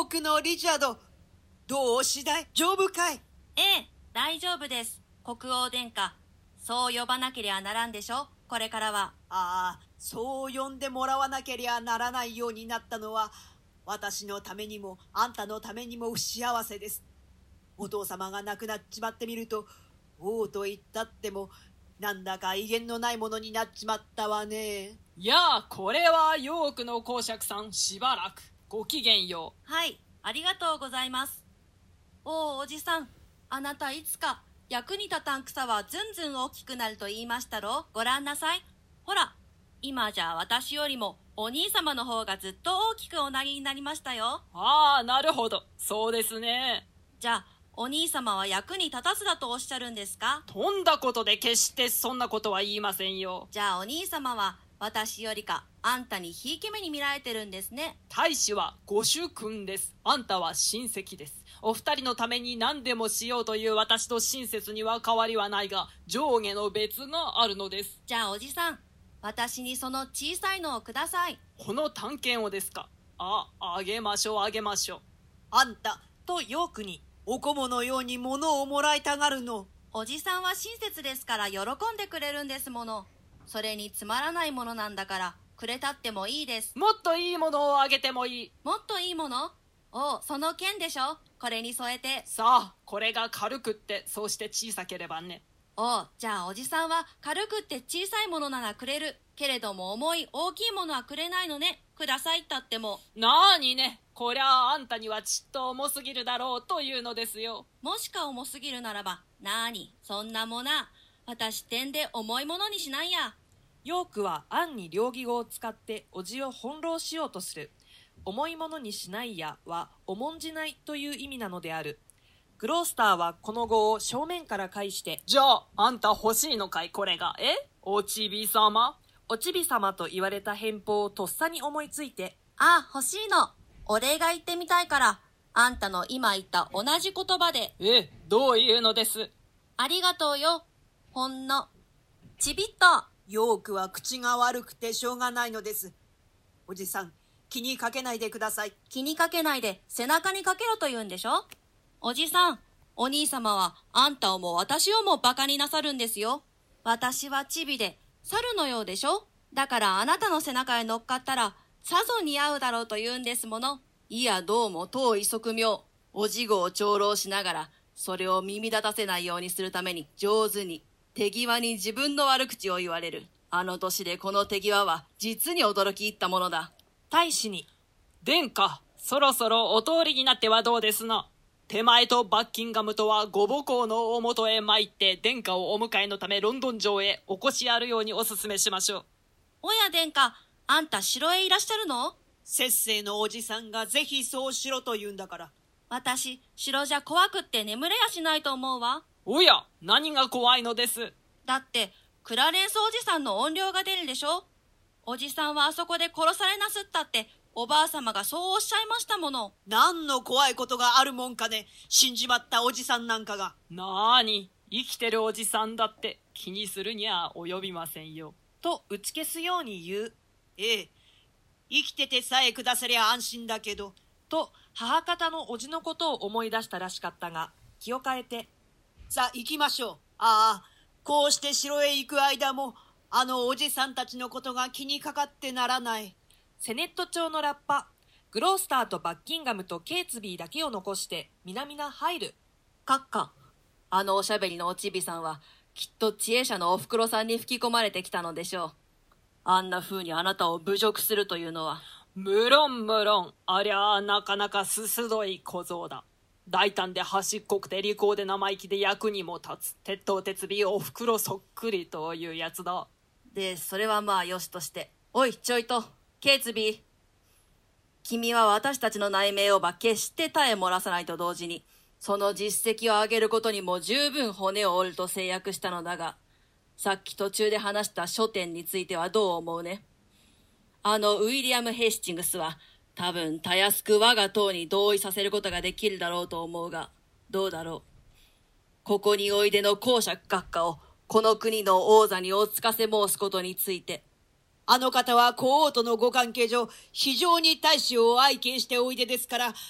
ヨークのリチャード、どう次第丈夫かい？ ええ、大丈夫です。国王殿下、そう呼ばなけりゃならんでしょ、これからは。 ああ、そう呼んでもらわなけりゃならないようになったのは、私のためにもあんたのためにも不幸せです。お父様が亡くなっちまってみると、王と言ったってもなんだか威厳のないものになっちまったわね。 いやあ、これはヨークの公爵さん、しばらくごきげんよう。 はい、ありがとうございます。おじさん、あなたいつか役に立たん草はずんずん大きくなると言いましたろ。ごらんなさい。ほら、今じゃ私よりもお兄様の方がずっと大きくおなりになりましたよ。 ああ、なるほど、そうですね。 じゃあお兄様は役に立たずだとおっしゃるんですか？ とんだことで決してそんなことは言いませんよ。 じゃあお兄様は私よりかあんたにひいき目に見られてるんですね。 大使はご主君です。あんたは親戚です。お二人のために何でもしようという私と親切には変わりはないが、上下の別があるのです。 じゃあおじさん、私にその小さいのをください。 この探検をですか？あげましょう、あげましょう。 あんたとヨークにお供のように物をもらいたがるの。 おじさんは親切ですから喜んでくれるんですもの。それにつまらないものなんだからくれたってもいいです。 もっといいものをあげてもいい。 もっといいもの？その剣でしょ。これに添えて。 さあ、これが軽くってそうして小さければね。 じゃあおじさんは軽くって小さいものならくれるけれども、重い大きいものはくれないのね。くださいったっても。 なーにね、こりゃあんたにはちっと重すぎるだろうというのですよ。 もしか重すぎるならば、なーにそんなもな、私点で重いものにしないや。 ヨークは暗に両義語を使っておじを翻弄しようとする。重いものにしないやは重んじないという意味なのである。グロースターはこの語を正面から返して、 じゃああんた欲しいのかい、これが。おちびさま？ おちびさまと言われた返報をとっさに思いついて、 欲しいの。お礼が言ってみたいから、あんたの今言った同じ言葉で。 どういうのです？ ありがとうよ。ほんのちびっと。 ヨークは口が悪くてしょうがないのです。おじさん、気にかけないでください。 気にかけないで背中にかけろと言うんでしょ。おじさん、お兄様はあんたをも私をもバカになさるんですよ。私はチビで猿のようでしょ。だからあなたの背中へ乗っかったらさぞ似合うだろうと言うんですもの。いやどうも当意側妙。おじごを長老しながらそれを耳立たせないようにするために上手に手際に自分の悪口を言われる。あの年でこの手際は実に驚き入ったものだ。 大使に、 殿下、そろそろお通りになってはどうですな。手前とバッキンガムとはご母校の大元へ参って殿下をお迎えのためロンドン城へお越しあるようにお勧めしましょう。 おや殿下、あんた城へいらっしゃるの？ 節制のおじさんがぜひそうしろと言うんだから。 私、城じゃ怖くって眠れやしないと思うわ。 おや、何が怖いのです？ だって、クラレンスおじさんの怨霊が出るでしょ。おじさんはあそこで殺されなすったって、おばあ様がそうおっしゃいましたもの。 何の怖いことがあるもんかね、死んじまったおじさんなんかが。 なーに、生きてるおじさんだって気にするには及びませんよ。 と打ち消すように言う。 生きててさえくださりゃ安心だけど。 と母方のおじのことを思い出したらしかったが、気を変えて、 さあ行きましょう。こうして城へ行く間もあのおじさんたちのことが気にかかってならない。 セネット朝のラッパ、グロースターとバッキンガムとケイツビーだけを残して南が入る。 閣下、あのおしゃべりのおちびさんはきっと知恵者のおふくろさんに吹き込まれてきたのでしょう。あんな風にあなたを侮辱するというのは。 無論無論、ありゃあなかなか鋭い小僧だ。大胆で端っこくて利口で生意気で役にも立つ鉄頭鉄尾おふくろそっくりというやつだ。 でそれはまあよしとして、おいちょいとケイツビー、君は私たちの内命をば決して絶え漏らさないと同時に、その実績を上げることにも十分骨を折ると誓約したのだが、さっき途中で話した書店についてはどう思うね。あのウィリアム・ヘイスティングスは多分たやすく我が党に同意させることができるだろうと思うが、どうだろう。ここにおいでの公爵閣下をこの国の王座におつかせ申すことについて。 あの方は皇王とのご関係上非常に大使を愛敬しておいでですから、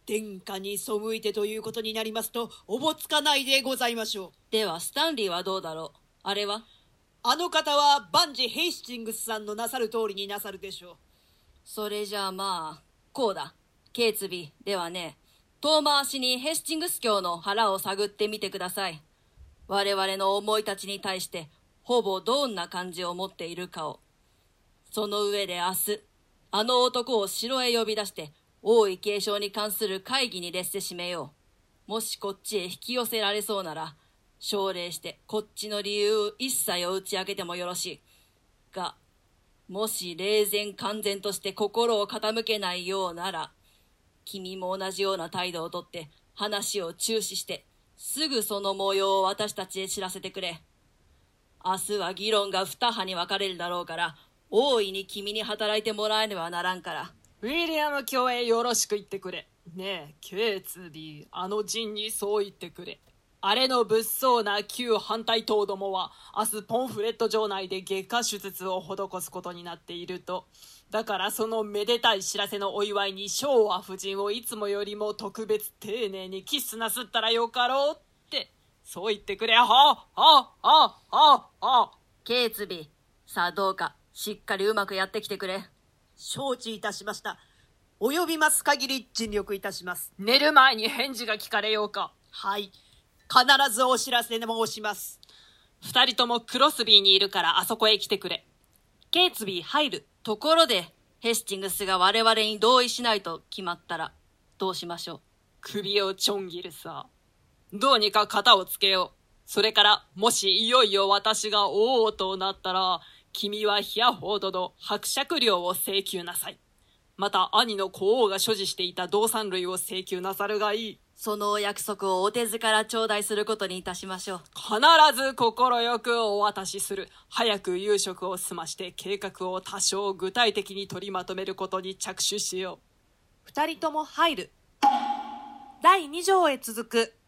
殿下に背いてということになりますとおぼつかないでございましょう。 ではスタンリーはどうだろう。あれはあの方は万事ヘイスティングスさんのなさる通りになさるでしょう。 それじゃあまあこうだ。ケイツビーではね、遠回しにヘスティングス教の腹を探ってみてください。我々の思いたちに対してほぼどんな感じを持っているかを。その上で明日あの男を城へ呼び出して王位継承に関する会議に列せしめよう。もしこっちへ引き寄せられそうなら奨励してこっちの理由一切を打ち明けてもよろしいが、もし冷然完全として心を傾けないようなら、君も同じような態度をとって話を中止してすぐその模様を私たちへ知らせてくれ。明日は議論が二派に分かれるだろうから、大いに君に働いてもらえねばならんから。 ウィリアム卿へよろしく言ってくれ。ねえケイツビー、あの陣にそう言ってくれ。あれの物騒な旧反対党どもは明日ポンフレット場内で外科手術を施すことになっていると。だからそのめでたい知らせのお祝いに昭和夫人をいつもよりも特別丁寧にキスなすったらよかろうってそう言ってくれ。はあはあはあはあ。 ケイツビー、さあどうかしっかりうまくやってきてくれ。 承知いたしました。及びます限り尽力いたします。 寝る前に返事が聞かれようか。 はい、必ずお知らせ申します。 二人ともクロスビーにいるからあそこへ来てくれ。 ケイツビー入る。 ところでヘスティングスが我々に同意しないと決まったらどうしましょう。 首をちょん切るさ。どうにか型をつけよう。それからもしいよいよ私が王王となったら、君はヒアフォードの伯爵料を請求なさい。また兄の皇王が所持していた動産類を請求なさるがいい。 そのお約束をお手ずから頂戴することにいたしましょう。 必ず心よくお渡しする。早く夕食を済まして計画を多少具体的に取りまとめることに着手しよう。 二人とも入る。第2条へ続く。